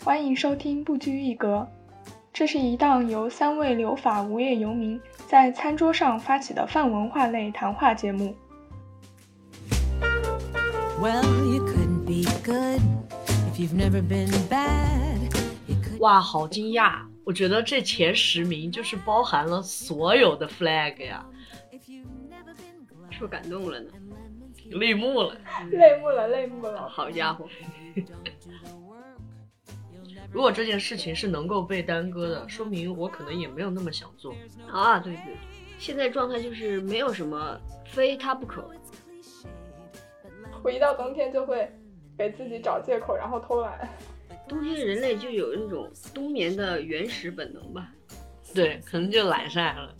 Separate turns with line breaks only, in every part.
欢迎收听不拘一格。这是一档由3位留法无业游民在餐桌上发起的泛文化类谈话节目。
哇，好惊讶！我觉得这前10名就是包含了所有的 flag 呀，
是不是感动了呢？
泪目了，
泪目了！
好家伙！
如果这件事情是能够被耽搁的，说明我可能也没有那么想做
啊。对，现在状态就是没有什么非他不可。
我一到冬天就会给自己找借口，然后偷懒。
冬天人类就有那种冬眠的原始本能吧？
对，可能就懒晒了。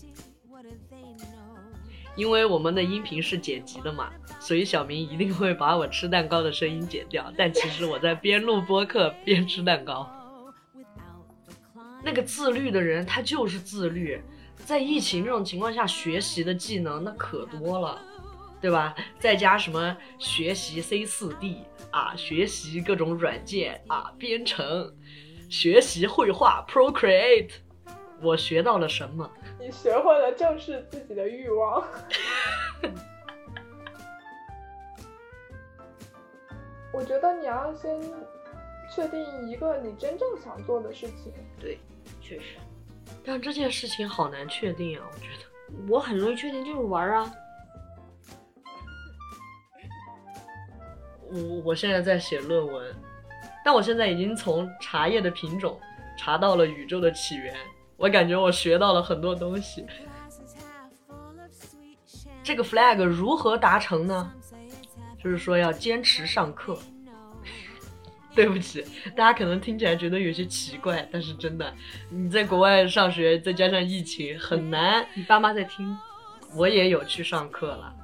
因为我们的音频是剪辑的嘛，所以小明一定会把我吃蛋糕的声音剪掉，但其实我在边录播客边吃蛋糕。那个自律的人他就是自律，在疫情这种情况下学习的技能那可多了，对吧？再加什么学习 C4D 啊，学习各种软件啊，编程，学习绘画 Procreate， 我学到了什么？
你学会了正视自己的欲望。我觉得你要先确定一个你真正想做的事情。
对，确实。
但这件事情好难确定啊，我觉得。
我很容易确定，就是玩啊。
我现在在写论文，但我现在已经从茶叶的品种查到了宇宙的起源，我感觉我学到了很多东西。这个 flag 如何达成呢？就是说要坚持上课。对不起，大家可能听起来觉得有些奇怪，但是真的，你在国外上学，再加上疫情，很难。
你爸妈在听，
我也有去上课了。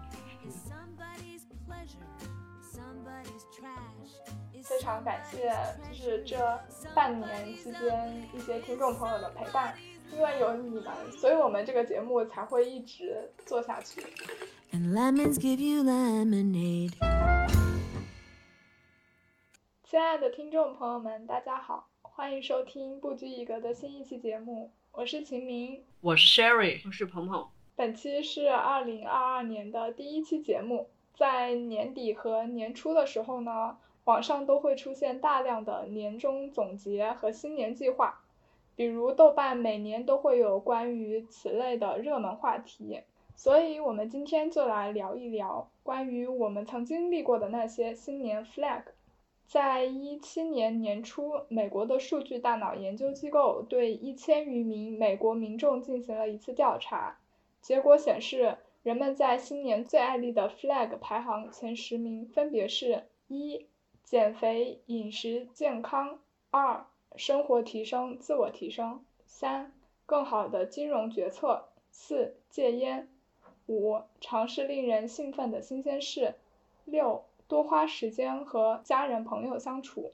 非常感谢，就是这半年期间一些听众朋友的陪伴，因为有你们，所以我们这个节目才会一直做下去。And lemons give you lemonade. 亲爱的听众朋友们，大家好，欢迎收听不拘一格的新一期节目，我是秦明，
我是 Sherry，
我是鹏鹏。
本期是2022年的第1期节目，在年底和年初的时候呢，网上都会出现大量的年终总结和新年计划，比如豆瓣每年都会有关于此类的热门话题，所以我们今天就来聊一聊关于我们曾经立过的那些新年 flag。在2017年年初，美国的数据大脑研究机构对1000余名美国民众进行了一次调查，结果显示，人们在新年最爱立的 flag 排行前10名分别是：1. 减肥、饮食健康； 2. 生活提升、自我提升； 3. 更好的金融决策； 4. 戒烟； 5. 尝试令人兴奋的新鲜事； 6. 多花时间和家人朋友相处；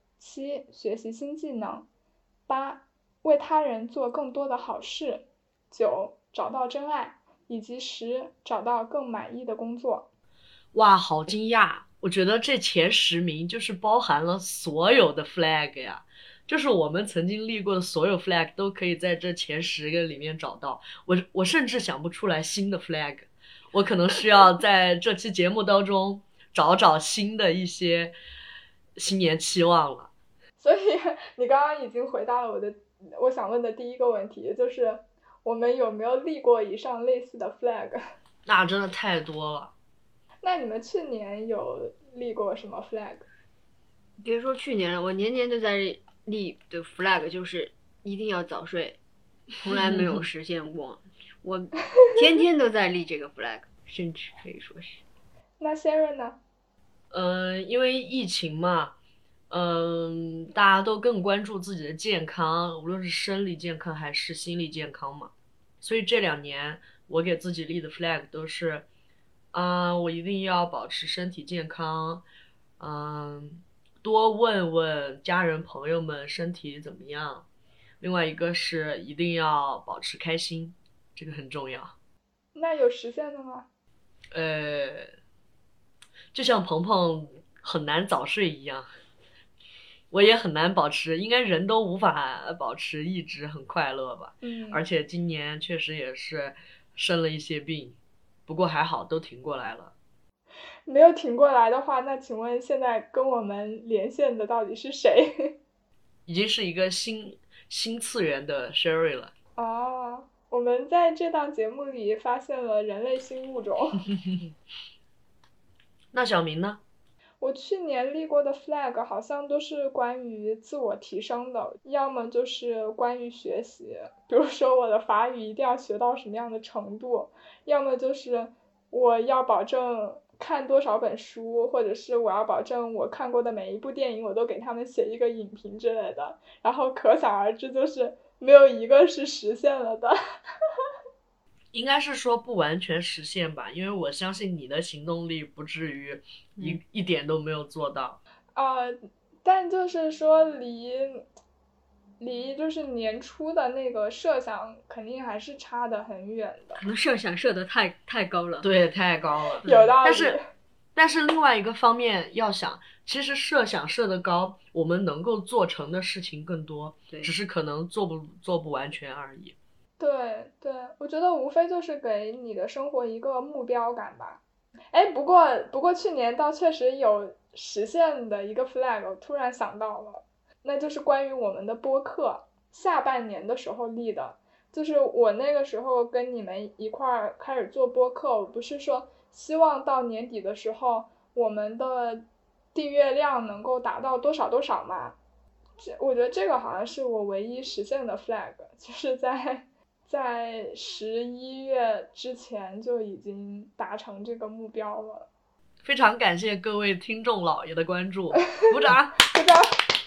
7. 学习新技能； 8. 为他人做更多的好事； 9. 找到真爱；以及10. 找到更满意的工作。
哇，好惊讶！我觉得这前10名就是包含了所有的 flag 呀，就是我们曾经立过的所有 flag 都可以在这前10个里面找到。我甚至想不出来新的 flag， 我可能需要在这期节目当中找新的一些新年期望了。
所以你刚刚已经回答了我想问的第一个问题，就是我们有没有立过以上类似的 flag？
那真的太多了。
那你们去年有立过什么 flag？
别说去年了，我年年都在立的 flag 就是一定要早睡，从来没有实现过。我天天都在立这个 flag， 甚至可以说是。
那 Sarah 呢？
因为疫情嘛，大家都更关注自己的健康，无论是生理健康还是心理健康嘛。所以这2年我给自己立的 flag 都是，我一定要保持身体健康，多问问家人朋友们身体怎么样。另外一个是一定要保持开心，这个很重要。
那有实现的吗？
就像鹏鹏很难早睡一样。 我也很难保持，应该人都无法保持一直很快乐吧。而且今年确实也是生了一些病，不过还好都挺过来了。
没有挺过来的话，那请问现在跟我们连线的到底是谁？
已经是一个新次元的 Sherry 了。
哦，我们在这档节目里发现了人类新物种。
那小明呢？
我去年立过的 flag 好像都是关于自我提升的，要么就是关于学习，比如说我的法语一定要学到什么样的程度，要么就是我要保证看多少本书，或者是我要保证我看过的每一部电影我都给他们写一个影评之类的，然后可想而知就是没有一个是实现了的。
应该是说不完全实现吧，因为我相信你的行动力不至于一点都没有做到。
但就是说离就是年初的那个设想肯定还是差得很远的。
可能设想设得太高了。
对，太高了。
有道理。
但是另外一个方面要想，其实设想设得高，我们能够做成的事情更多，只是可能做不完全而已。
对，我觉得无非就是给你的生活一个目标感吧。哎，不过去年倒确实有实现的一个 flag， 我突然想到了，那就是关于我们的播客下半年的时候立的。就是我那个时候跟你们一块儿开始做播客，我不是说希望到年底的时候我们的订阅量能够达到多少多少嘛。我觉得这个好像是我唯一实现的 flag， 就是在11月之前就已经达成这个目标了。
非常感谢各位听众老爷的关注，鼓掌！
鼓掌！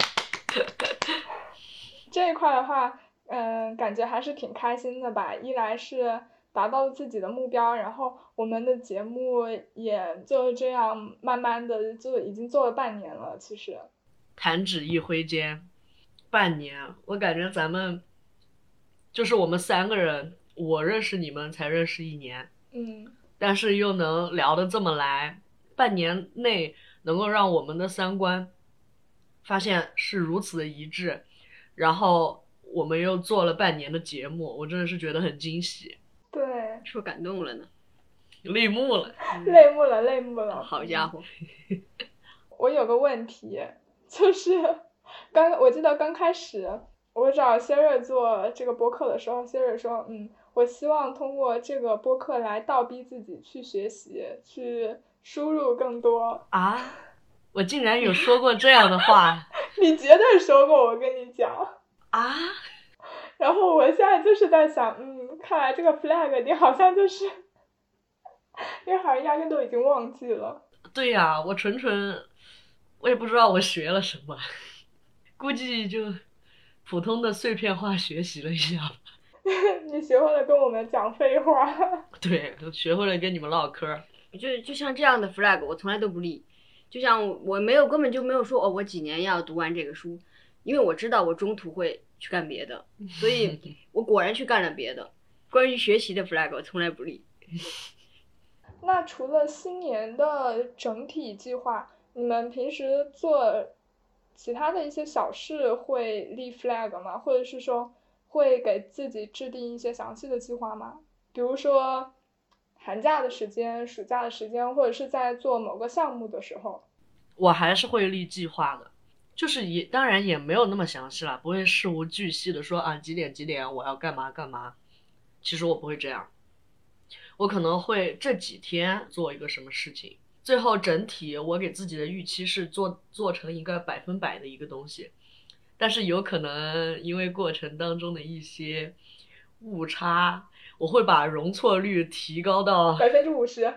这一块的话，感觉还是挺开心的吧。一来是达到了自己的目标，然后我们的节目也就这样慢慢的就已经做了半年了。其实，
弹指一挥间，半年，我感觉咱们就是我们3个人，我认识你们才认识1年，但是又能聊得这么来，半年内能够让我们的3观发现是如此的一致，然后我们又做了半年的节目，我真的是觉得很惊喜。
对，
说感动了呢，
泪目了，
泪目了。
好家伙！
我有个问题，就是我记得刚开始我找 Siri 做这个播客的时候 ，Siri 说，我希望通过这个播客来倒逼自己去学习，去输入更多。
啊，我竟然有说过这样的话。
你绝对说过，我跟你讲。
啊。
然后我现在就是在想，看来这个 flag 你好像就是因为好像压根都已经忘记了。
对呀，我也不知道我学了什么，估计就普通的碎片化学习了一下吧。
你学会了跟我们讲废话。
对，学会了跟你们唠嗑。
就像这样的 flag 我从来都不立，就像我根本就没有说我几年要读完这个书，因为我知道我中途会去干别的，所以我果然去干了别的。关于学习的 flag 我从来不立。
那除了新年的整体计划，你们平时做其他的一些小事会立 flag 吗？或者是说会给自己制定一些详细的计划吗？比如说寒假的时间、暑假的时间，或者是在做某个项目的时候。
我还是会立计划的，就是当然也没有那么详细了，不会事无巨细的说几点几点我要干嘛干嘛。其实我不会这样，我可能会这几天做一个什么事情，最后整体我给自己的预期是做成一个100%的一个东西，但是有可能因为过程当中的一些误差，我会把容错率提高到
50%。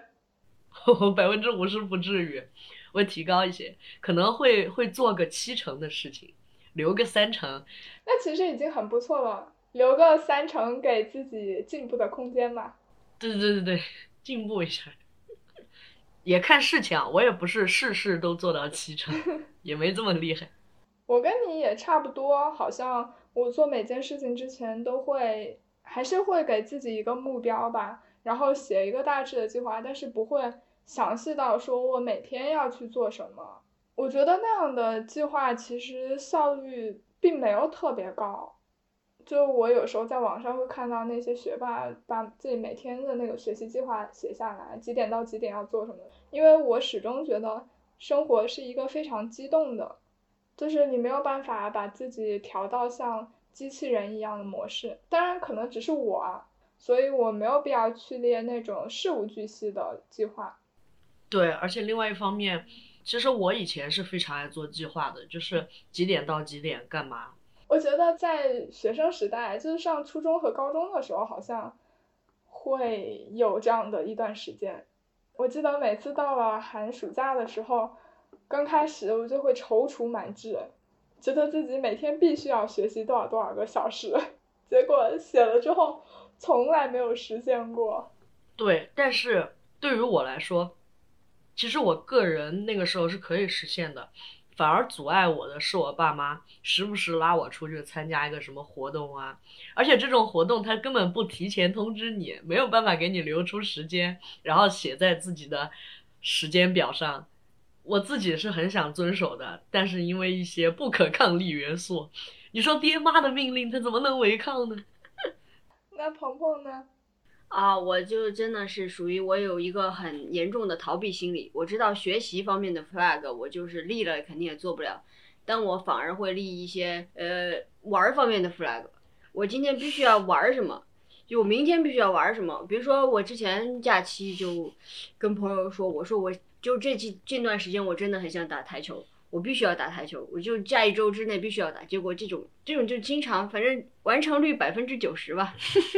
50%不至于，我会提高一些，可能会做个70%的事情，留个30%。
那其实已经很不错了，留个30%给自己进步的空间嘛。
对，进步一下。也看事情，我也不是事事都做到70%，也没这么厉害。
我跟你也差不多，好像我做每件事情之前还是会给自己一个目标吧，然后写一个大致的计划，但是不会详细到说我每天要去做什么。 我觉得那样的计划其实效率并没有特别高。就我有时候在网上会看到那些学霸把自己每天的那个学习计划写下来，几点到几点要做什么。因为我始终觉得生活是一个非常激动的，就是你没有办法把自己调到像机器人一样的模式。当然可能只是我啊，所以我没有必要去列那种事无巨细的计划。
对，而且另外一方面，其实我以前是非常爱做计划的，就是几点到几点干嘛。
我觉得在学生时代，就是上初中和高中的时候，好像会有这样的一段时间。我记得每次到了寒暑假的时候，刚开始我就会踌躇满志，觉得自己每天必须要学习多少多少个小时，结果写了之后从来没有实现过。
对，但是对于我来说，其实我个人那个时候是可以实现的，反而阻碍我的是我爸妈时不时拉我出去参加一个什么活动啊，而且这种活动他根本不提前通知你，没有办法给你留出时间，然后写在自己的时间表上。我自己是很想遵守的，但是因为一些不可抗力元素，你说爹妈的命令他怎么能违抗呢？
那鹏鹏呢？
啊，我就真的是属于我有一个很严重的逃避心理。我知道学习方面的 flag，我就是立了肯定也做不了，但我反而会立一些玩方面的 flag。我今天必须要玩什么，就我明天必须要玩什么。比如说我之前假期就跟朋友说，我说我就这段时间我真的很想打台球。我必须要打台球，我就下一周之内必须要打。结果这种就经常，反正完成率90%吧。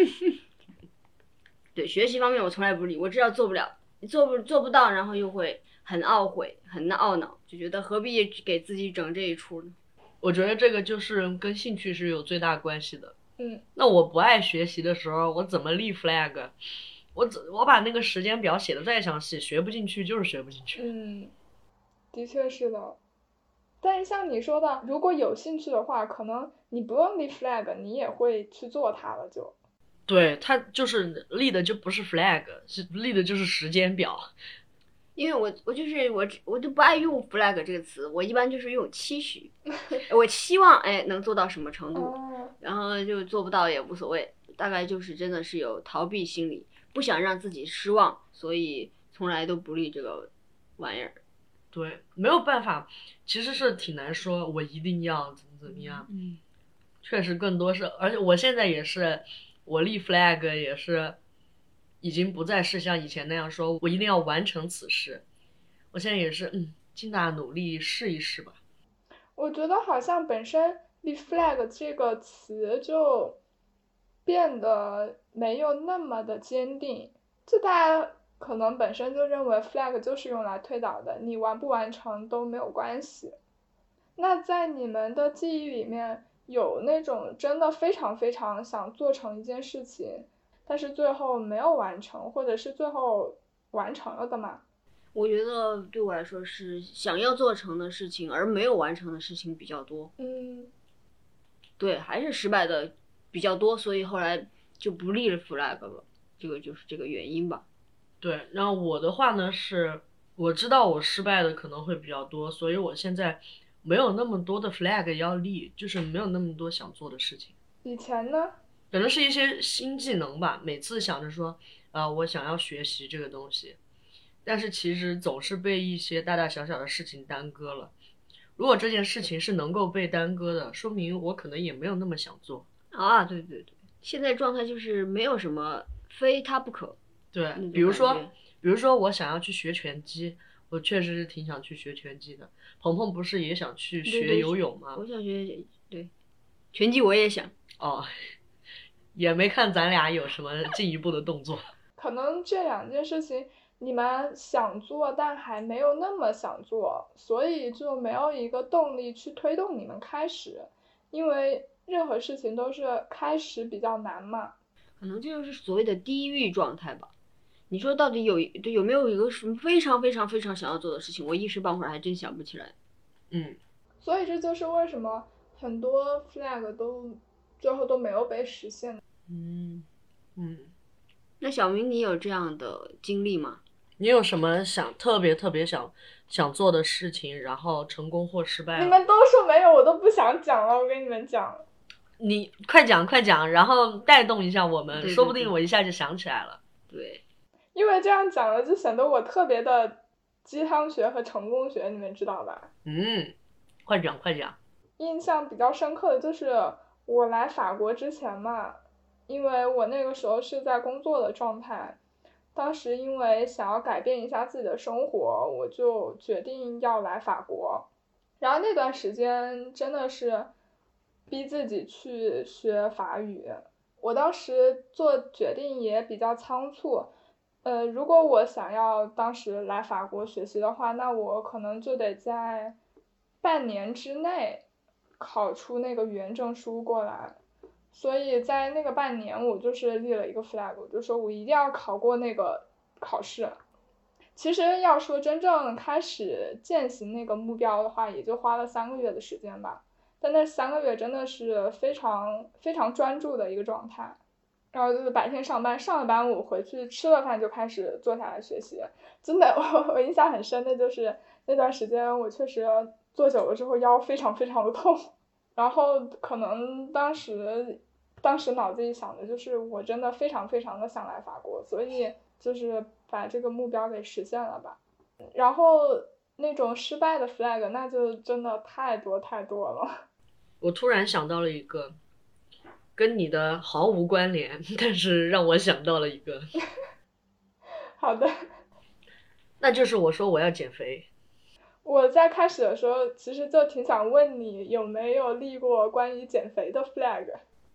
对学习方面我从来不理，我知道做不了，做不到，然后又会很懊悔，很懊恼，就觉得何必给自己整这一出呢？
我觉得这个就是跟兴趣是有最大关系的。
嗯，
那我不爱学习的时候，我怎么立 flag？我把那个时间表写的再详细，学不进去就是学不进去。
嗯，的确是的。但是像你说的，如果有兴趣的话，可能你不用立 flag，你也会去做它了就。
对，他就是立的就不是 flag，是立的就是时间表。
因为我就是我就不爱用 flag 这个词，我一般就是用期许，我期望能做到什么程度，
哦，
然后就做不到也无所谓，大概就是真的是有逃避心理，不想让自己失望，所以从来都不立这个玩意儿。
对，没有办法，其实是挺难说，我一定要怎么样。确实更多是，而且我现在也是，我立 flag 也是，已经不再是像以前那样说我一定要完成此事。我现在也是，尽大努力试一试吧。
我觉得好像本身立 flag 这个词就变得没有那么的坚定，就大家可能本身就认为 flag 就是用来推导的，你完不完成都没有关系。那在你们的记忆里面，有那种真的非常非常想做成一件事情，但是最后没有完成，或者是最后完成了的吗？
我觉得对我来说是想要做成的事情，而没有完成的事情比较多。
嗯，
对，还是失败的比较多，所以后来就不立了 flag 了。这个就是这个原因吧。
对，然后我的话呢是，我知道我失败的可能会比较多，所以我现在没有那么多的 flag 要立，就是没有那么多想做的事情。
以前呢？
可能是一些新技能吧，每次想着说，我想要学习这个东西，但是其实总是被一些大大小小的事情耽搁了。如果这件事情是能够被耽搁的，说明我可能也没有那么想做。
啊，对对对，现在状态就是没有什么非他不可。
对，
嗯
比如说我想要去学拳击，我确实是挺想去学拳击的。鹏鹏不是也想去学游泳吗？
我想学，对，拳击我也想。
哦，也没看咱俩有什么进一步的动作。
可能这两件事情你们想做，但还没有那么想做，所以就没有一个动力去推动你们开始，因为任何事情都是开始比较难嘛。
可能这就是所谓的低欲状态吧。你说到底有没有一个什么非常非常非常想要做的事情？我一时半会儿还真想不起来。
所以这就是为什么很多 flag 最后都没有被实现。
嗯。
那小明，你有这样的经历吗？
你有什么特别想做的事情，然后成功或失败了？
你们都说没有，我都不想讲了。我跟你们讲，
你快讲，然后带动一下我们，
对
说不定我一下就想起来了。
对，
因为这样讲了就显得我特别的鸡汤学和成功学，你们知道吧？
快讲。
印象比较深刻的就是我来法国之前嘛，因为我那个时候是在工作的状态，当时因为想要改变一下自己的生活，我就决定要来法国。然后那段时间真的是逼自己去学法语，我当时做决定也比较仓促。如果我想要当时来法国学习的话，那我可能就得在半年之内考出那个语言证书过来。所以在那个半年，我就是立了一个 flag， 我就说我一定要考过那个考试。其实要说真正开始践行那个目标的话，也就花了3个月的时间吧。但那3个月真的是非常非常专注的一个状态。然后就是白天上班，上了班我回去吃了饭就开始坐下来学习。真的，我印象很深的就是那段时间，我确实坐久了之后腰非常非常的痛。然后可能当时脑子里想的就是我真的非常非常的想来法国，所以就是把这个目标给实现了吧。然后那种失败的 flag 那就真的太多太多了。
我突然想到了一个跟你的毫无关联，但是让我想到了一个。
好的。
那就是我说我要减肥。
我在开始的时候其实就挺想问你有没有立过关于减肥的 flag。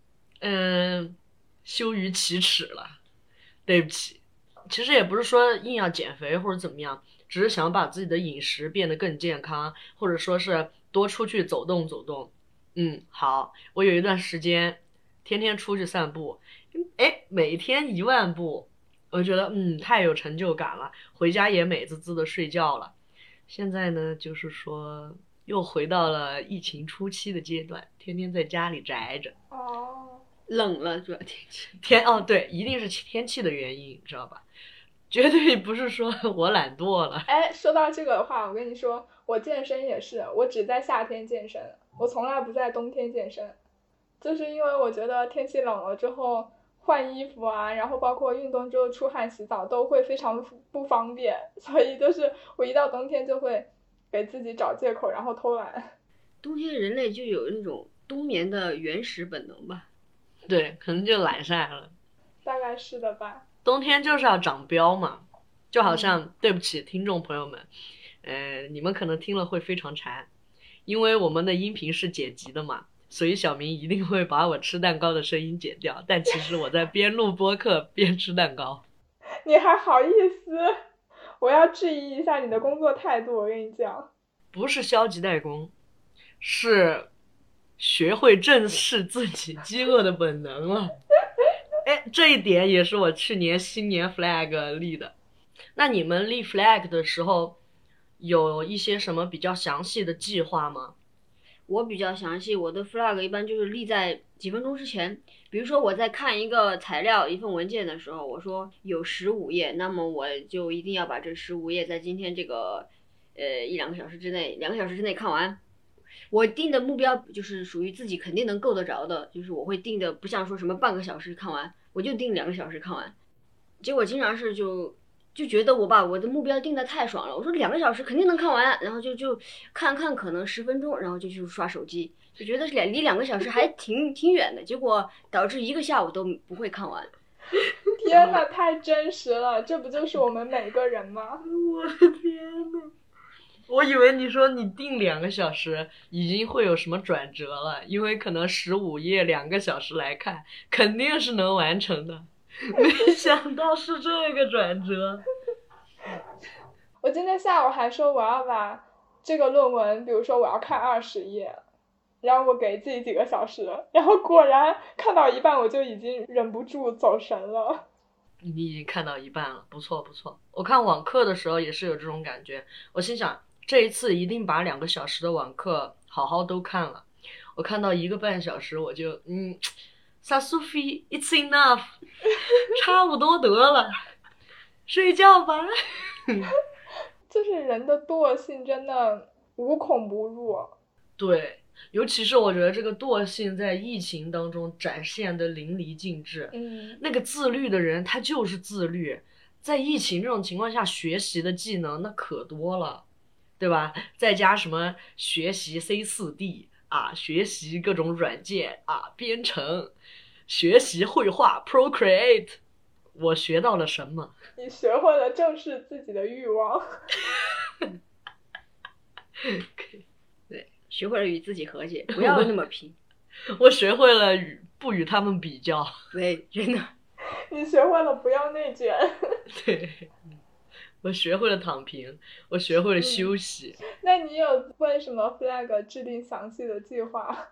羞于启齿了，对不起。其实也不是说硬要减肥或者怎么样，只是想把自己的饮食变得更健康，或者说是多出去走动走动。好，我有一段时间天天出去散步，每天1万步，我觉得太有成就感了，回家也美滋滋的睡觉了。现在呢，就是说又回到了疫情初期的阶段，天天在家里宅着。
冷了主要天气。
对，一定是天气的原因，知道吧？绝对不是说我懒惰了。
说到这个的话，我跟你说，我健身也是，我只在夏天健身，我从来不在冬天健身，就是因为我觉得天气冷了之后换衣服啊，然后包括运动之后出汗洗澡都会非常不方便，所以就是我一到冬天就会给自己找借口然后偷懒。
冬天人类就有那种冬眠的原始本能吧。
对，可能就懒晒了。
大概是的吧。
冬天就是要长膘嘛，就好像对不起听众朋友们，你们可能听了会非常馋，因为我们的音频是剪辑的嘛，所以小明一定会把我吃蛋糕的声音剪掉，但其实我在边录播客边吃蛋糕。
你还好意思？我要质疑一下你的工作态度，我跟你讲。
不是消极怠工，是学会正视自己饥饿的本能了。这一点也是我去年新年 flag 立的。那你们立 flag 的时候有一些什么比较详细的计划吗？
我比较详细，我的 flag 一般就是立在几分钟之前。比如说我在看一个材料一份文件的时候，我说有15页，那么我就一定要把这15页在今天这个1-2个小时之内2个小时之内看完。我定的目标就是属于自己肯定能够得着的，就是我会定的不像说什么半个小时看完，我就定2个小时看完。结果经常是就觉得我把我的目标定得太爽了，我说2个小时肯定能看完，然后就看可能10分钟，然后就去刷手机，就觉得离2个小时还挺远的，结果导致1个下午都不会看完。
天哪，太真实了，这不就是我们每个人吗？
我的天哪！我以为你说你定2个小时已经会有什么转折了，因为可能15页2个小时来看肯定是能完成的，没想到是这个转折。
我今天下午还说我要把这个论文，比如说我要看20页，然后我给自己几个小时，然后果然看到一半我就已经忍不住走神了。
你已经看到一半了，不错不错。我看网课的时候也是有这种感觉，我心想这一次一定把2个小时的网课好好都看了。我看到1个半小时我就ça suffit, it's enough 差不多得了。 睡觉吧。
就是人的惰性真的无孔不入。
对，尤其是我觉得这个惰性在疫情当中展现的淋漓尽致。那个自律的人他就是自律，在疫情这种情况下学习的技能那可多了，对吧？再加什么学习 C4D 啊，学习各种软件啊，编程，学习绘画 Procreate。我学到了什么？
你学会了正视自己的欲望。
对，学会了与自己和解，不要那么拼。
我学会了不与他们比较。
对，真的。
你学会了不要内卷。
对，我学会了躺平，我学会了休息。
那你有为什么 flag 制定详细的计划？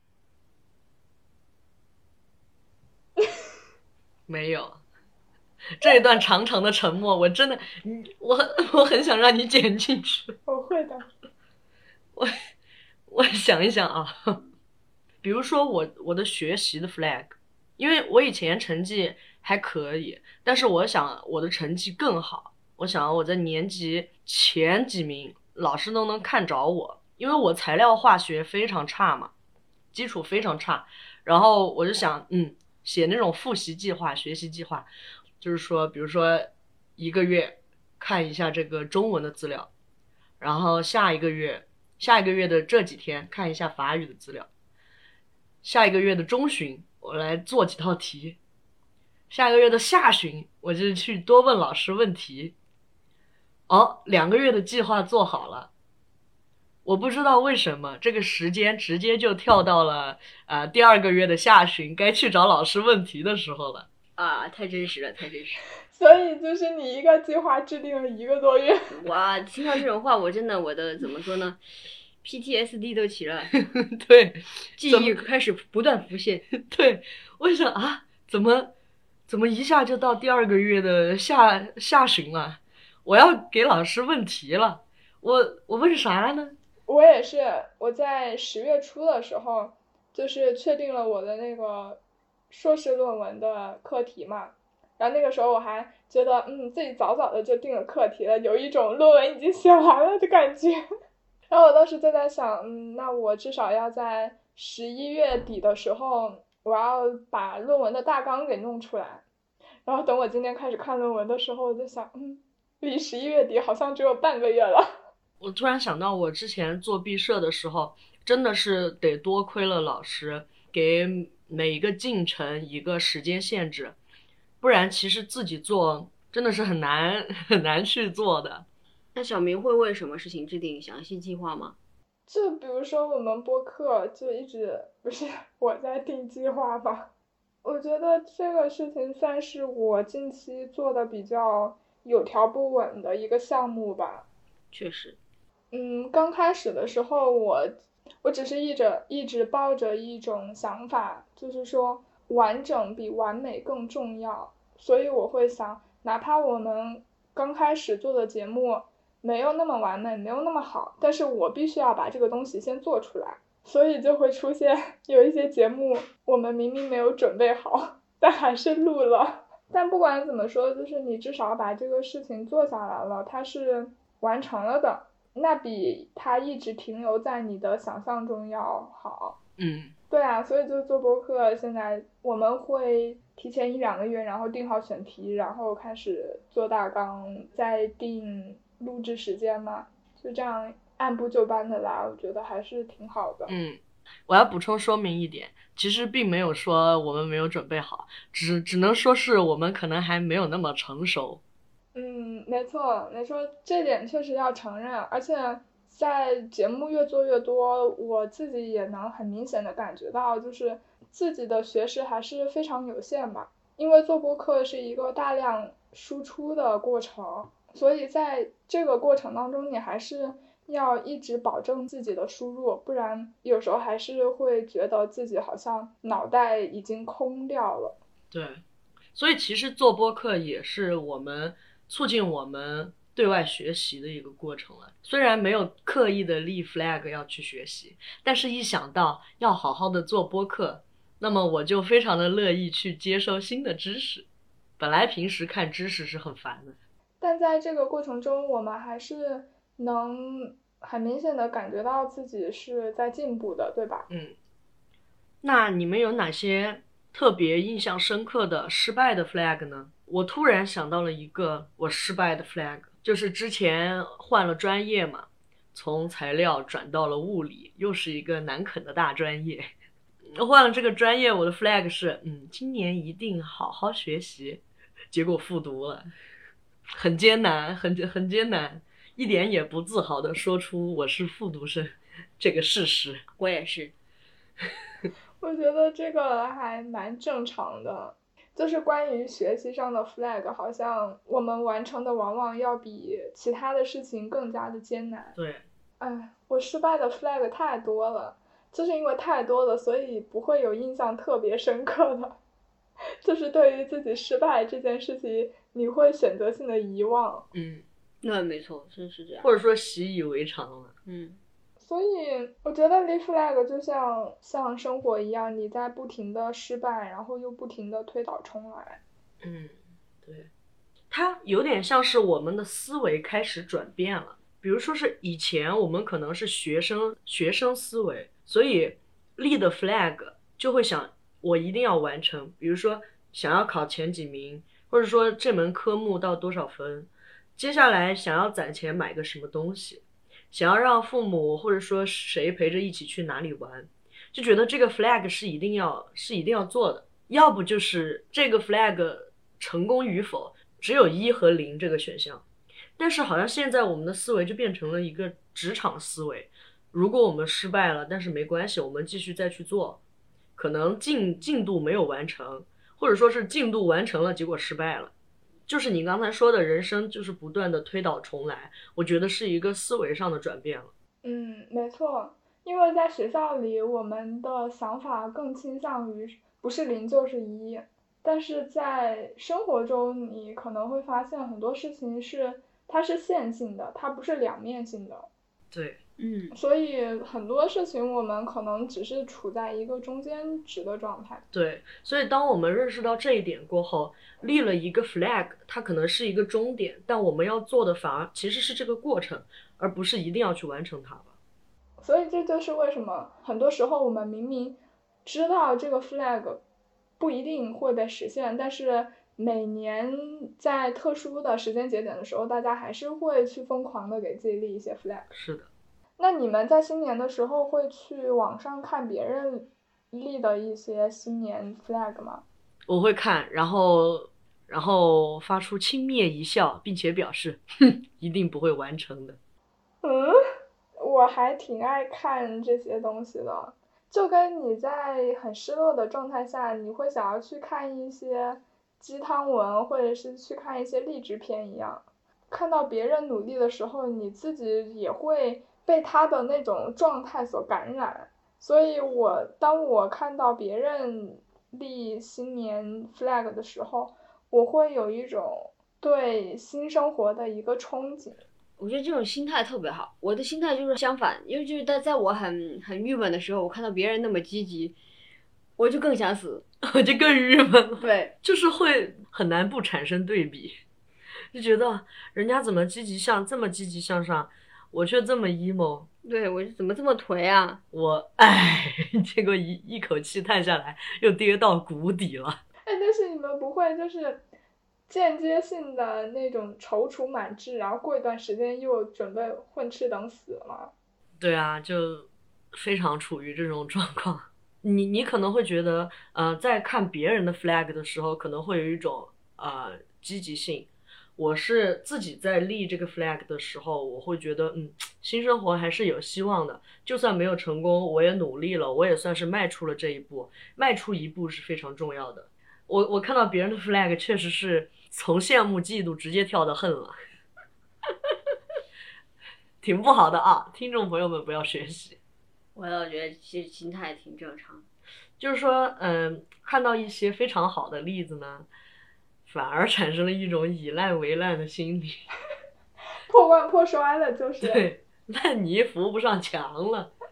没有。这一段长长的沉默，我真的，我很想让你剪进去。
我会的。
我想一想啊，比如说我的学习的 flag， 因为我以前成绩还可以，但是我想我的成绩更好，我想我在年级前几名，老师都能看着我，因为我材料化学非常差嘛，基础非常差，然后我就想写那种复习计划、学习计划。就是说比如说一个月看一下这个中文的资料，然后下一个月的这几天看一下法语的资料，下一个月的中旬我来做几套题，下个月的下旬我就去多问老师问题。2个月的计划做好了，我不知道为什么这个时间直接就跳到了第2个月的下旬，该去找老师问题的时候了。
啊，太真实了，太真实了。
所以就是你一个计划制定了1个多月。
哇，听到这种话，我真的我的怎么说呢 ？PTSD 都起了。
对，
记忆开始不断浮现。
对，我想怎么一下就到第2个月的下旬了？我要给老师问题了。我问啥呢？
我也是，我在10月初的时候，就是确定了我的那个硕士论文的课题嘛，然后那个时候我还觉得自己早早的就定了课题了，有一种论文已经写完了的感觉。然后我当时就在想那我至少要在11月底的时候，我要把论文的大纲给弄出来。然后等我今天开始看论文的时候，我就想离11月底好像只有半个月了。
我突然想到我之前做毕设的时候，真的是得多亏了老师给每一个进程一个时间限制，不然其实自己做真的是很难去做的。
那小明会为什么事情制定详细计划吗？
就比如说我们播客就一直不是我在定计划吧，我觉得这个事情算是我近期做的比较有条不紊的一个项目吧。
确实。
刚开始的时候我只是一直抱着一种想法，就是说完整比完美更重要，所以我会想哪怕我们刚开始做的节目没有那么完美，没有那么好，但是我必须要把这个东西先做出来，所以就会出现有一些节目我们明明没有准备好，但还是录了。但不管怎么说，就是你至少把这个事情做下来了，它是完成了的，那比它一直停留在你的想象中要好。对啊，所以就做播客，现在我们会提前1-2个月，然后定好选题，然后开始做大纲，再定录制时间嘛，就这样按部就班的来，我觉得还是挺好的。
我要补充说明一点，其实并没有说我们没有准备好，只能说是我们可能还没有那么成熟。
没错，这点确实要承认，而且在节目越做越多，我自己也能很明显的感觉到，就是自己的学识还是非常有限吧。因为做播客是一个大量输出的过程，所以在这个过程当中，你还是要一直保证自己的输入，不然有时候还是会觉得自己好像脑袋已经空掉了。
对，所以其实做播客也是我们促进我们对外学习的一个过程了。虽然没有刻意的立 flag 要去学习，但是一想到要好好的做播客，那么我就非常的乐意去接受新的知识。 本来平时看知识是很烦的，
但在这个过程中，我们还是能很明显的感觉到自己是在进步的，对吧？
那你们有哪些特别印象深刻的失败的 flag 呢？我突然想到了一个我失败的 flag， 就是之前换了专业嘛，从材料转到了物理，又是一个难啃的大专业。换了这个专业，我的 flag 是今年一定好好学习，结果复读了，很艰难，很艰难，一点也不自豪的说出我是复读生这个事实。
我也是。
我觉得这个还蛮正常的，就是关于学习上的 flag， 好像我们完成的往往要比其他的事情更加的艰难。
对，
我失败的 flag 太多了，就是因为太多了，所以不会有印象特别深刻的。就是对于自己失败这件事情，你会选择性的遗忘。
那没错，真是这样。
或者说习以为常了。
所以我觉得立 flag 就像生活一样，你在不停的失败，然后又不停的推倒重来。
对，它有点像是我们的思维开始转变了。比如说是以前我们可能是学生思维，所以立的 flag 就会想我一定要完成，比如说想要考前几名，或者说这门科目到多少分，接下来想要攒钱买个什么东西，想要让父母或者说谁陪着一起去哪里玩，就觉得这个 flag 是一定要做的，要不就是这个 flag 成功与否只有1和0这个选项。但是好像现在我们的思维就变成了一个职场思维，如果我们失败了，但是没关系，我们继续再去做，可能进度没有完成，或者说是进度完成了结果失败了，就是你刚才说的人生就是不断的推倒重来，我觉得是一个思维上的转变了。
没错，因为在学校里我们的想法更倾向于不是0就是1，但是在生活中你可能会发现很多事情它是线性的，它不是两面性的。
对，
所以很多事情我们可能只是处在一个中间值的状态。
对，所以当我们认识到这一点过后，立了一个 flag， 它可能是一个终点，但我们要做的反而其实是这个过程，而不是一定要去完成它吧。
所以这就是为什么很多时候我们明明知道这个 flag 不一定会被实现，但是每年在特殊的时间节点的时候，大家还是会去疯狂的给自己立一些 flag。
是的。
那你们在新年的时候会去网上看别人立的一些新年 flag 吗？
我会看，然后发出轻蔑一笑，并且表示一定不会完成的。
我还挺爱看这些东西的，就跟你在很失落的状态下，你会想要去看一些鸡汤文或者是去看一些励志片一样，看到别人努力的时候，你自己也会被他的那种状态所感染。所以当我看到别人立新年 flag 的时候，我会有一种对新生活的一个憧憬。
我觉得这种心态特别好，我的心态就是相反，因为就是在我很郁闷的时候，我看到别人那么积极，我就更想死，
我就更郁闷了。
对，
就是会很难不产生对比，就觉得人家怎么这么积极向上，我却这么 emo。
对，我怎么这么颓啊？
结果一口气叹下来，又跌到谷底了。
但是你们不会就是间接性的那种踌躇满志，然后过一段时间又准备混吃等死吗？
对啊，就非常处于这种状况。你可能会觉得，在看别人的 flag 的时候，可能会有一种积极性。我是自己在立这个 flag 的时候，我会觉得，新生活还是有希望的。就算没有成功，我也努力了，我也算是迈出了这一步。迈出一步是非常重要的。我看到别人的 flag， 确实是从羡慕嫉妒直接跳到恨了，挺不好的啊！听众朋友们不要学习。
我倒觉得其实心态挺正常，
就是说，看到一些非常好的例子呢，反而产生了一种以烂为烂的心理，
破罐破摔了就是。
对，烂泥扶不上墙了。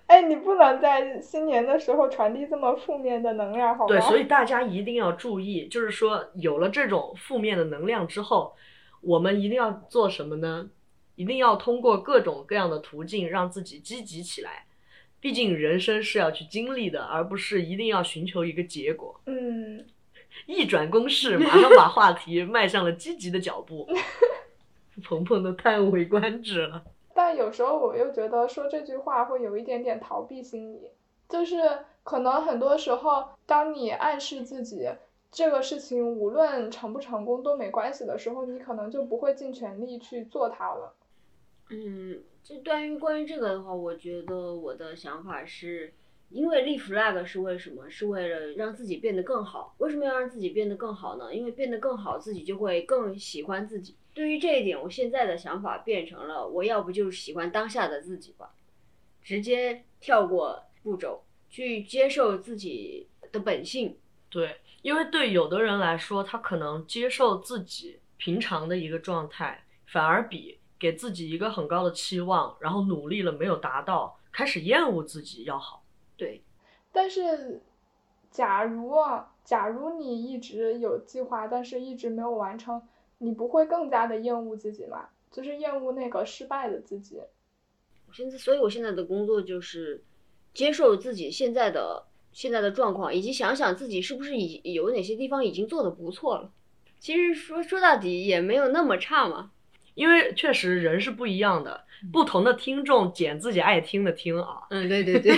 哎，你不能在新年的时候传递这么负面的能量，好吗？
对，所以大家一定要注意，就是说有了这种负面的能量之后，我们一定要做什么呢？一定要通过各种各样的途径让自己积极起来。毕竟人生是要去经历的，而不是一定要寻求一个结果。一转公式，马上把话题迈向了积极的脚步。鹏鹏都叹为观止了。
但有时候我又觉得说这句话会有一点点逃避心理，就是可能很多时候当你暗示自己这个事情无论成不成功都没关系的时候，你可能就不会尽全力去做它了。
这关于这个的话，我觉得我的想法是，因为立 flag 是为什么？是为了让自己变得更好。为什么要让自己变得更好呢？因为变得更好，自己就会更喜欢自己。对于这一点，我现在的想法变成了，我要不就喜欢当下的自己吧，直接跳过步骤，去接受自己的本性。
对，因为对有的人来说，他可能接受自己平常的一个状态，反而比给自己一个很高的期望，然后努力了没有达到，开始厌恶自己要好。
对，
但是假如你一直有计划，但是一直没有完成，你不会更加的厌恶自己吗？就是厌恶那个失败的自己。
所以我现在的工作就是接受自己现在的状况，以及想想自己是不是有哪些地方已经做得不错了。其实说到底也没有那么差嘛。
因为确实人是不一样的，不同的听众捡自己爱听的听啊。
对对对。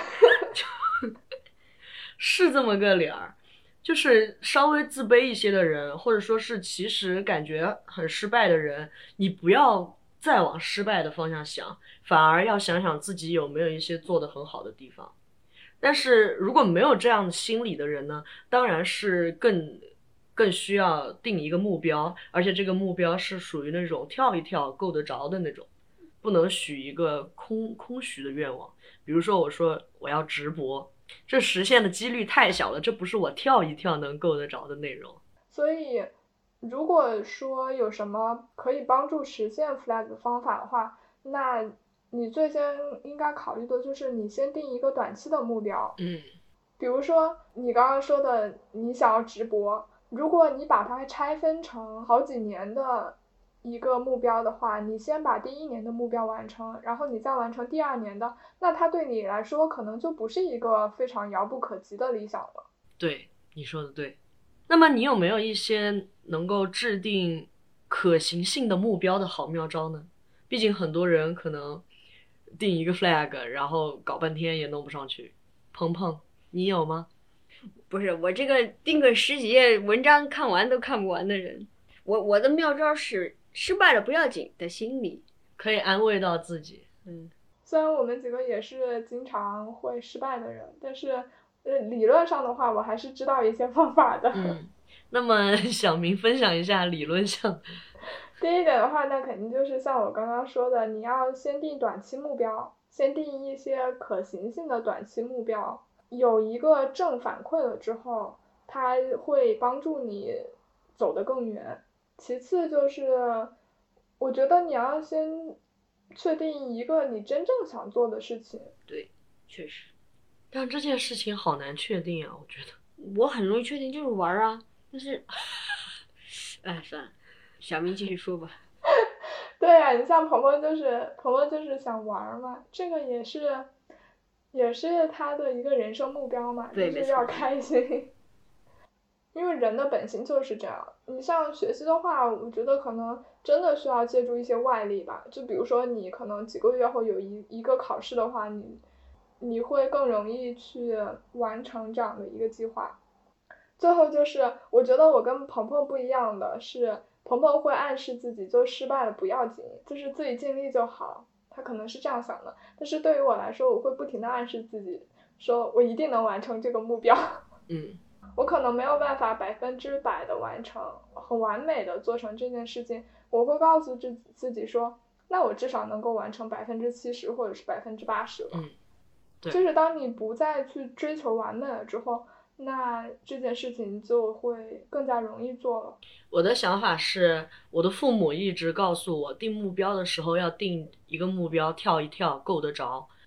是这么个理儿。就是稍微自卑一些的人，或者说是其实感觉很失败的人，你不要再往失败的方向想，反而要想想自己有没有一些做得很好的地方。但是如果没有这样心理的人呢，当然是更需要定一个目标，而且这个目标是属于那种跳一跳够得着的那种，不能许一个空虚的愿望。比如说我说我要直播，这实现的几率太小了，这不是我跳一跳能够得着的内容。
所以如果说有什么可以帮助实现 flag 的方法的话，那你最先应该考虑的就是你先定一个短期的目标。比如说你刚刚说的你想要直播，如果你把它拆分成好几年的一个目标的话，你先把第1年的目标完成，然后你再完成第2年的，那它对你来说可能就不是一个非常遥不可及的理想了。
对，你说的对。那么你有没有一些能够制定可行性的目标的好妙招呢？毕竟很多人可能定一个 flag， 然后搞半天也弄不上去。鹏鹏，你有吗？
不是，我这个定个10几页文章看完都看不完的人。我的妙招是失败了不要紧的心理，
可以安慰到自己。
虽然我们几个也是经常会失败的人，但是理论上的话我还是知道一些方法的。
那么小明分享一下理论上。
第一点的话，那肯定就是像我刚刚说的，你要先定短期目标，先定一些可行性的短期目标，有一个正反馈了之后，它会帮助你走得更远。其次就是我觉得你要先确定一个你真正想做的事情。
对，确实。
但这件事情好难确定啊，我觉得。
我很容易确定，就是玩啊，但是哎，算了，小明继续说吧。
对呀，你像鹏鹏就是想玩嘛，这个也是他的一个人生目标嘛，就是要开心。因为人的本性就是这样，你像学习的话，我觉得可能真的需要借助一些外力吧，就比如说你可能几个月后有一个考试的话，你会更容易去完成这样的一个计划。最后就是我觉得我跟鹏鹏不一样的是，鹏鹏会暗示自己就失败了不要紧，就是自己尽力就好，他可能是这样想的。但是对于我来说，我会不停的暗示自己说我一定能完成这个目标。我可能没有办法100%的完成，很完美的做成这件事情，我会告诉自己说，那我至少能够完成70%或者是80%了。
对，
就是当你不再去追求完美了之后，那这件事情就会更加容易做了。
我的想法是，我的父母一直告诉我，定目标的时候要定一个目标，跳一跳够得着。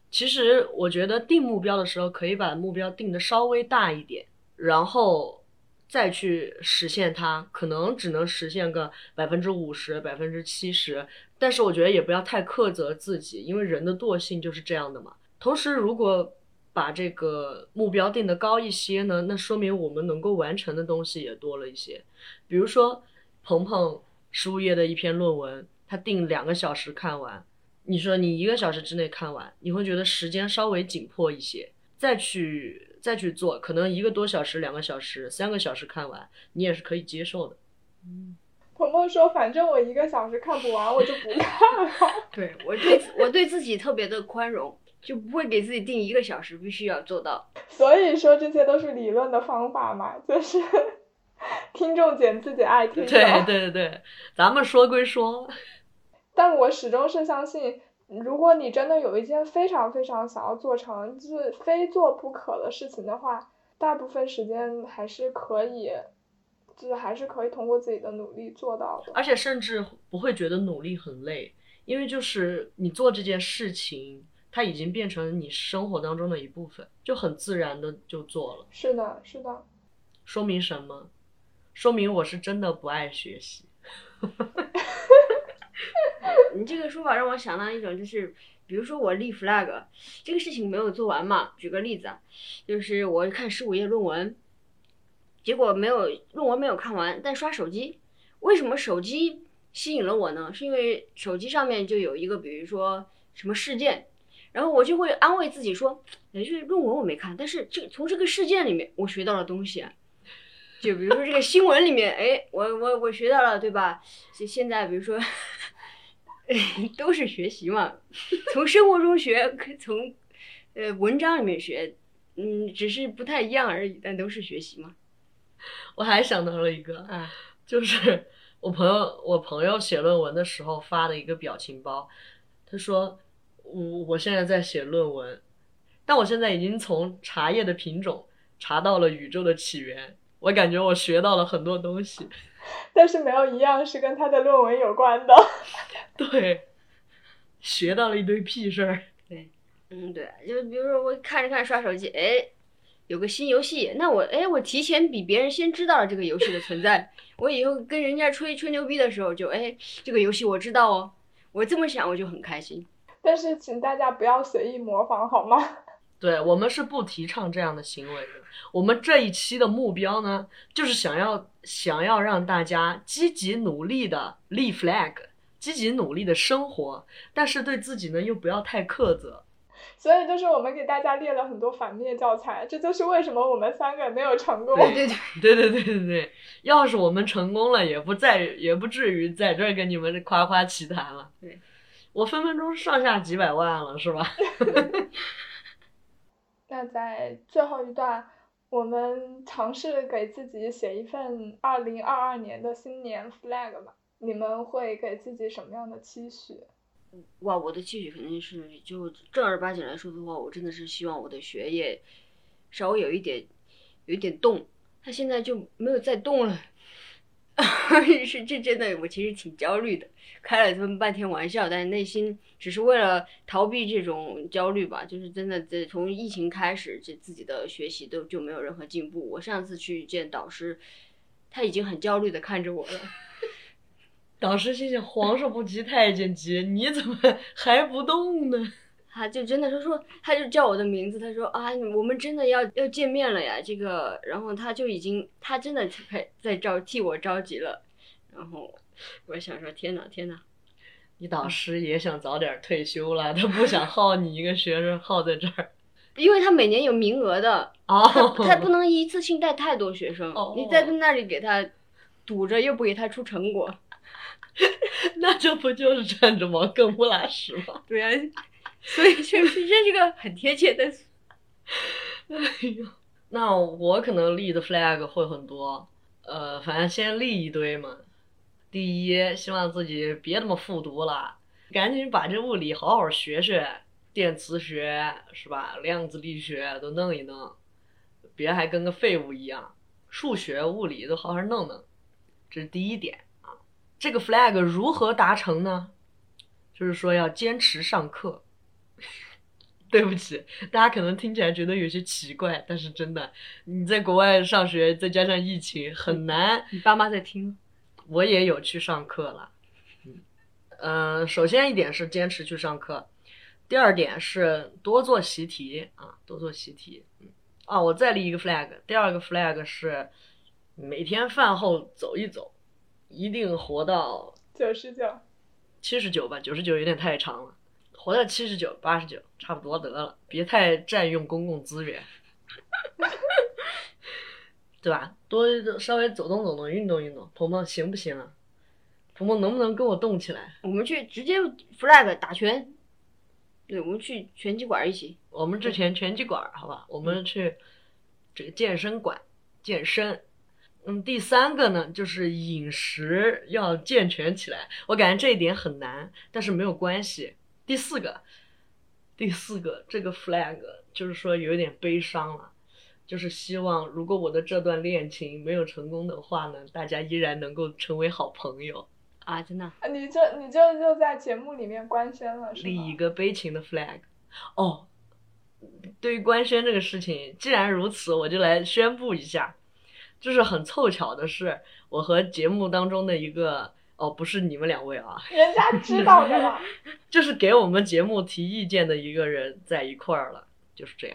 其实我觉得定目标的时候，可以把目标定得稍微大一点，然后再去实现它，可能只能实现个50%、70%，但是我觉得也不要太苛责自己，因为人的惰性就是这样的嘛。同时，如果把这个目标定得高一些呢，那说明我们能够完成的东西也多了一些。比如说，鹏鹏15页的一篇论文，他定2个小时看完。你说你1个小时之内看完，你会觉得时间稍微紧迫一些，再去做，可能1个多小时、2个小时、3个小时看完，你也是可以接受的。
鹏鹏说反正我1个小时看不完我就不看了。
对，我对自己特别的宽容，就不会给自己定1个小时必须要做到。
所以说这些都是理论的方法嘛，就是听众捡自己爱听的。
对对对，咱们说归说，
但我始终是相信，如果你真的有一件非常非常想要做成，就是非做不可的事情的话，大部分时间还是可以，就是还是可以通过自己的努力做到的。
而且甚至不会觉得努力很累，因为就是你做这件事情，它已经变成你生活当中的一部分，就很自然的就做了。
是的，是的。
说明什么？说明我是真的不爱学习。
你这个说法让我想到一种，就是比如说我立 flag 这个事情没有做完嘛，举个例子啊，就是我看15页论文，结果论文没有看完，但刷手机。为什么手机吸引了我呢？是因为手机上面就有一个比如说什么事件，然后我就会安慰自己说，这论文我没看，但是从这个事件里面我学到了东西啊。就比如说这个新闻里面，我学到了，对吧？现在比如说都是学习嘛，从生活中学，从文章里面学，只是不太一样而已，但都是学习嘛。
我还想到了一个，就是我朋友写论文的时候发的一个表情包，他说我现在在写论文，但我现在已经从茶叶的品种查到了宇宙的起源，我感觉我学到了很多东西，
但是没有一样是跟他的论文有关的。
对，学到了一堆屁事儿。
对，对，就比如说我看着刷手机，有个新游戏，那我提前比别人先知道了这个游戏的存在，我以后跟人家吹牛逼的时候就这个游戏我知道哦，我这么想我就很开心。
但是请大家不要随意模仿好吗？
对，我们是不提倡这样的行为的。我们这一期的目标呢，就是想要让大家积极努力的立 flag， 积极努力的生活，但是对自己呢又不要太苛责。
所以就是我们给大家列了很多反面教材，这就是为什么我们3个没有成功。
对，要是我们成功了，也不至于在这儿跟你们夸夸其谈了。
对，
我分分钟上下几百万了，是吧？
那在最后一段，我们尝试给自己写一份2022年的新年 flag 吧。你们会给自己什么样的期许？
哇，我的期许肯定是，就正儿八经来说的话，我真的是希望我的学业稍微有一点动，它现在就没有再动了。是这真的，我其实挺焦虑的，开了这么半天玩笑，但是内心只是为了逃避这种焦虑吧。就是真的，从疫情开始，这自己的学习就没有任何进步。我上次去见导师，他已经很焦虑的看着我了。
导师心想：皇上不急太监急，你怎么还不动呢？
他就真的说，他就叫我的名字，他说啊，我们真的要见面了呀，这个，然后他真的在替我着急了，然后我想说天哪，
你导师也想早点退休了，他不想耗你一个学生耗在这儿，
因为他每年有名额的，他不能一次性带太多学生，你在那里给他堵着，又不给他出成果，
那这不就是站着茅坑不拉屎吗？
对啊。所以这是个很贴切的。
哎呦，那我可能立的 flag 会很多，反正先立一堆嘛。第一，希望自己别那么复读了，赶紧把这物理好好学学，电磁学是吧？量子力学都弄一弄，别还跟个废物一样。数学、物理都好好弄弄，这是第一点啊。这个 flag 如何达成呢？就是说要坚持上课。 对不起，大家可能听起来觉得有些奇怪，但是真的，你在国外上学，再加上疫情，很难。
你爸妈在听？
我也有去上课了。首先一点是坚持去上课，第二点是多做习题啊，多做习题。我再立一个 flag， 第二个 flag 是每天饭后走一走，一定活到79吧，99有点太长了，活到79、89差不多得了，别太占用公共资源，对吧？多稍微走动走动，运动运动，鹏鹏行不行啊？鹏鹏能不能跟我动起来？
我们去直接 flag 打拳，对，我们去拳击馆一起。
我们之前拳击馆，好吧，我们去这个健身馆健身。第三个呢，就是饮食要健全起来，我感觉这一点很难，但是没有关系。第四个这个 flag 就是说有点悲伤了，就是希望如果我的这段恋情没有成功的话呢，大家依然能够成为好朋友
啊！真的？
你就在节目里面官宣了是吗？
立一个悲情的 flag。对于官宣这个事情，既然如此，我就来宣布一下。就是很凑巧的是，我和节目当中的一个不是你们两位啊，
人家知道的了，
就是给我们节目提意见的一个人在一块儿了，就是这样。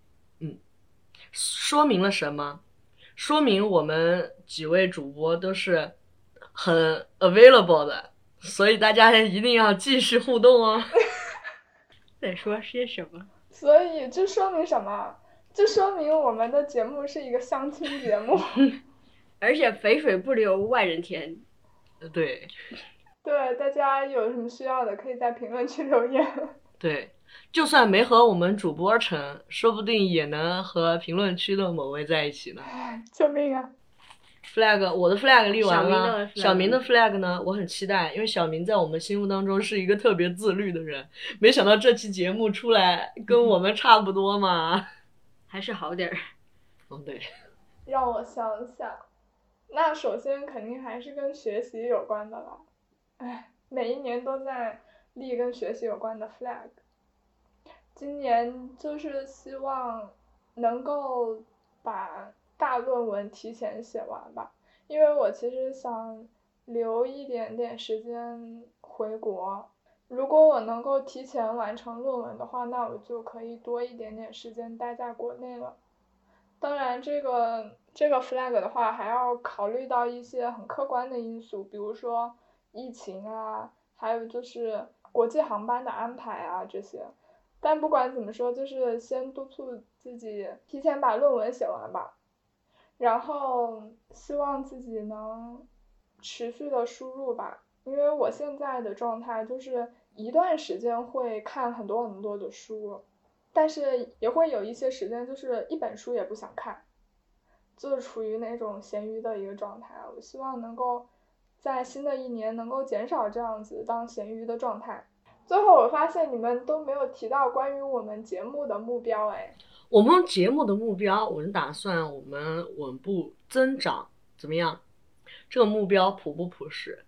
说明了什么？说明我们几位主播都是很 available 的，所以大家一定要继续互动哦。
在说些什么？
所以这说明什么？这说明我们的节目是一个相亲节目，
而且肥水不流外人田。
对，
大家有什么需要的可以在评论区留言。
对，就算没和我们主播成，说不定也能和评论区的某位在一起呢。
救命啊！
flag 我的 flag 立完了，
小明
的 flag 呢，我很期待，因为小明在我们心目当中是一个特别自律的人，没想到这期节目出来跟我们差不多嘛。
还是好点儿。
对。
让我想想，那首先肯定还是跟学习有关的了。每一年都在立跟学习有关的 flag。今年就是希望能够把大论文提前写完吧，因为我其实想留一点点时间回国。如果我能够提前完成论文的话，那我就可以多一点点时间待在国内了。当然这个 flag 的话还要考虑到一些很客观的因素，比如说疫情啊，还有就是国际航班的安排啊这些。但不管怎么说，就是先督促自己提前把论文写完吧，然后希望自己能持续的输入吧。因为我现在的状态就是一段时间会看很多很多的书，但是也会有一些时间就是一本书也不想看，就是处于那种闲鱼的一个状态。我希望能够在新的一年能够减少这样子当闲鱼的状态。最后我发现你们都没有提到关于我们节目的目标。
我们节目的目标，我们打算我们稳步增长，怎么样？这个目标朴不朴实？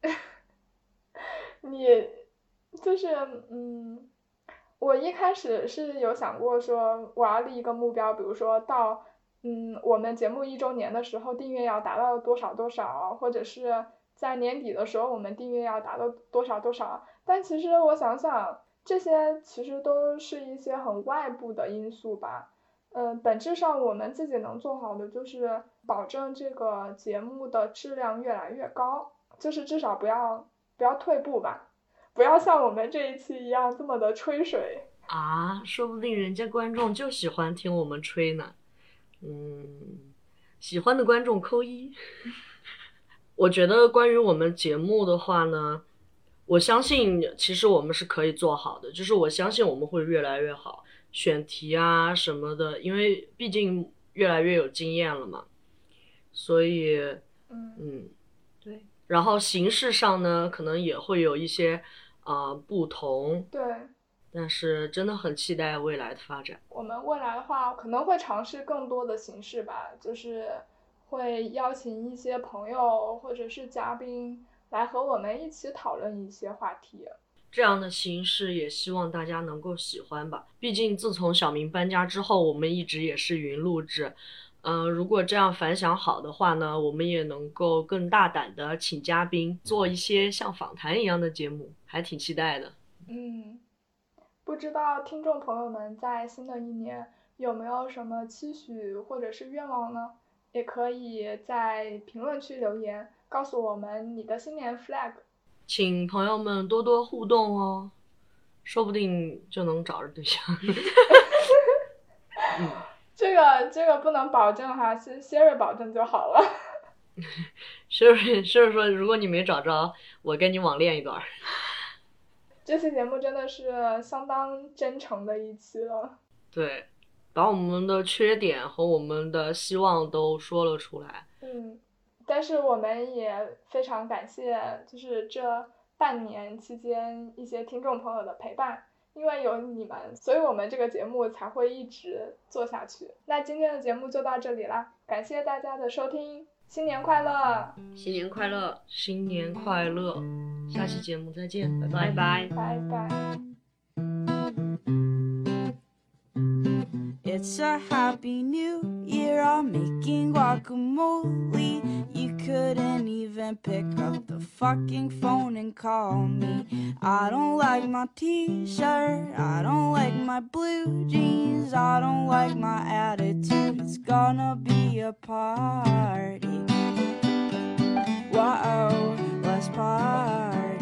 你就是我一开始是有想过说我要立一个目标，比如说到我们节目1周年的时候订阅要达到多少多少，或者是在年底的时候我们订阅要达到多少多少。但其实我想想，这些其实都是一些很外部的因素吧。本质上我们自己能做好的就是保证这个节目的质量越来越高，就是至少不要退步吧，不要像我们这一期一样这么的吹水
啊。说不定人家观众就喜欢听我们吹呢。喜欢的观众扣1。我觉得关于我们节目的话呢，我相信其实我们是可以做好的，就是我相信我们会越来越好，选题啊什么的，因为毕竟越来越有经验了嘛，所以
对。
然后形式上呢可能也会有一些不同，
对，
但是真的很期待未来的发展。
我们未来的话可能会尝试更多的形式吧，就是会邀请一些朋友或者是嘉宾来和我们一起讨论一些话题。
这样的形式也希望大家能够喜欢吧。毕竟自从小明搬家之后，我们一直也是云录制。如果这样反响好的话呢，我们也能够更大胆的请嘉宾，做一些像访谈一样的节目，还挺期待的。
不知道听众朋友们在新的一年有没有什么期许或者是愿望呢？也可以在评论区留言，告诉我们你的新年 flag。请
朋友们多多互动哦，说不定就能找着对象。
这个不能保证哈，是Sherry保证就好了。
Sherry说，如果你没找着，我跟你网恋一段。
这期节目真的是相当真诚的一期了。
对，把我们的缺点和我们的希望都说了出来。
但是我们也非常感谢，就是这半年期间一些听众朋友的陪伴。因为有你们，所以我们这个节目才会一直做下去。那今天的节目就到这里啦，感谢大家的收听，新年快乐！
新年快乐！
新年快乐！下期节目再见，拜拜
拜
拜拜。
It's a happy new year, I'm making guacamole. You couldn't even pick up the fucking phone and call me. I don't like my t-shirt, I don't like my blue jeans, I don't like my attitude, it's gonna be a party. Whoa, let's party.